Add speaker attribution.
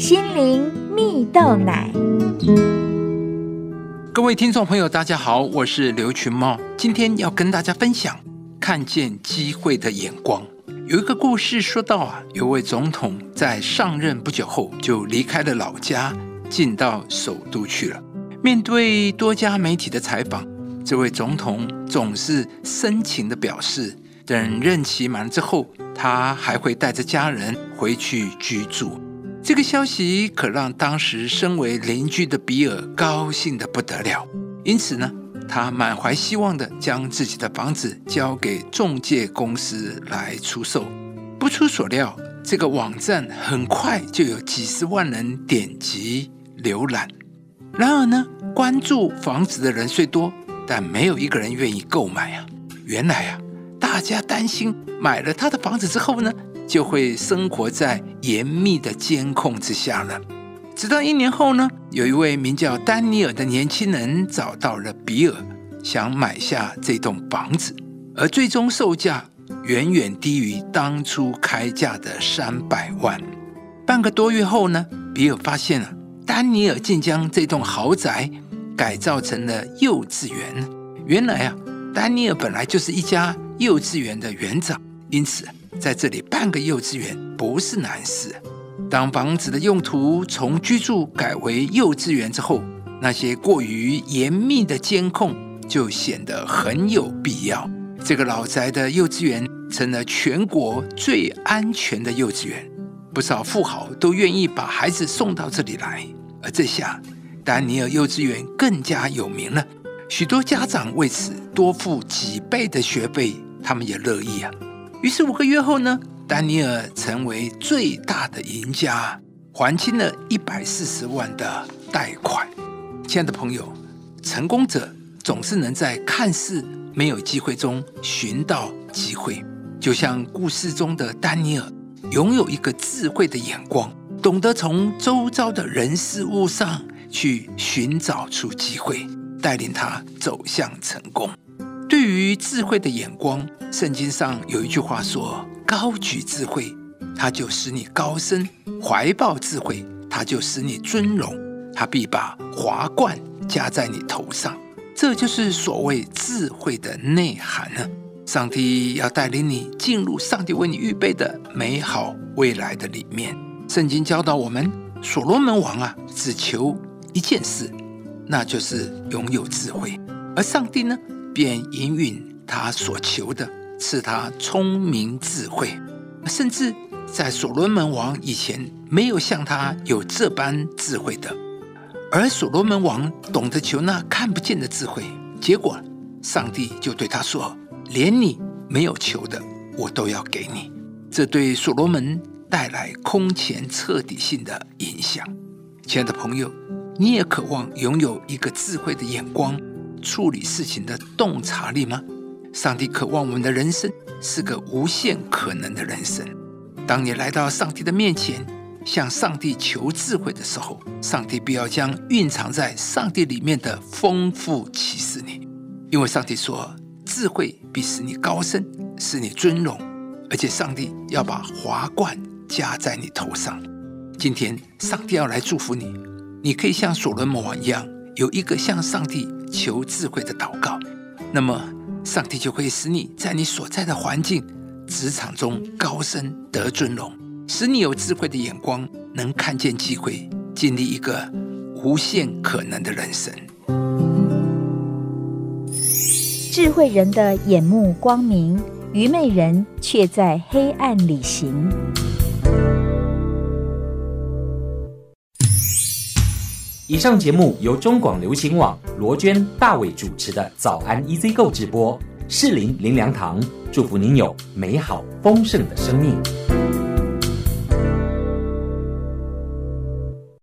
Speaker 1: 心灵蜜豆奶。
Speaker 2: 各位听众朋友大家好，我是刘群茂，今天要跟大家分享看见机会的眼光。有一个故事说到有位总统在上任不久后就离开了老家，进到首都去了。面对多家媒体的采访，这位总统总是深情地表示，等任期满了之后，他还会带着家人回去居住。这个消息可让当时身为邻居的比尔高兴得不得了，因此呢，他满怀希望地将自己的房子交给中介公司来出售。不出所料，这个网站很快就有几十万人点击浏览。然而呢，关注房子的人虽多，但没有一个人愿意购买。原来大家担心买了他的房子之后呢，就会生活在严密的监控之下了。直到1年后呢，有一位名叫丹尼尔的年轻人找到了比尔，想买下这栋房子，而最终售价远远低于当初开价的300万。半个多月后呢，比尔发现丹尼尔竟将这栋豪宅改造成了幼稚园。原来丹尼尔本来就是一家幼稚园的园长，因此在这里办个幼稚园不是难事。当房子的用途从居住改为幼稚园之后，那些过于严密的监控就显得很有必要。这个老宅的幼稚园成了全国最安全的幼稚园，不少富豪都愿意把孩子送到这里来。而这下丹尼尔幼稚园更加有名了，许多家长为此多付几倍的学费，他们也乐意。于是5个月后呢，丹尼尔成为最大的赢家，还清了140万的贷款。亲爱的朋友，成功者总是能在看似没有机会中寻到机会，就像故事中的丹尼尔，拥有一个智慧的眼光，懂得从周遭的人事物上去寻找出机会，带领他走向成功。对于智慧的眼光，圣经上有一句话说，高举智慧，它就使你高升；怀抱智慧，它就使你尊荣。它必把华冠加在你头上。这就是所谓智慧的内涵。上帝要带领你进入上帝为你预备的美好未来的里面。圣经教导我们，所罗门王只求一件事，那就是拥有智慧。而上帝呢，便应允他所求的，赐他聪明智慧。甚至在所罗门王以前，没有像他有这般智慧的。而所罗门王懂得求那看不见的智慧，结果上帝就对他说，连你没有求的，我都要给你。这对所罗门带来空前彻底性的影响。亲爱的朋友，你也渴望拥有一个智慧的眼光，处理事情的洞察力吗？上帝渴望我们的人生是个无限可能的人生。当你来到上帝的面前，向上帝求智慧的时候，上帝必要将蕴藏在上帝里面的丰富启示你。因为上帝说，智慧必使你高升，使你尊荣，而且上帝要把华冠加在你头上。今天上帝要来祝福你，你可以像所罗门王一样，有一个向上帝求智慧的祷告，那么上帝就会使你在你所在的环境、职场中高升得尊荣，使你有智慧的眼光，能看见机会，经历一个无限可能的人生。
Speaker 1: 智慧人的眼目光明，愚昧人却在黑暗里行。
Speaker 3: 以上节目由中广流行网罗娟、大伟主持的早安 EZ 购直播，士林林良堂祝福您有美好丰盛的生命。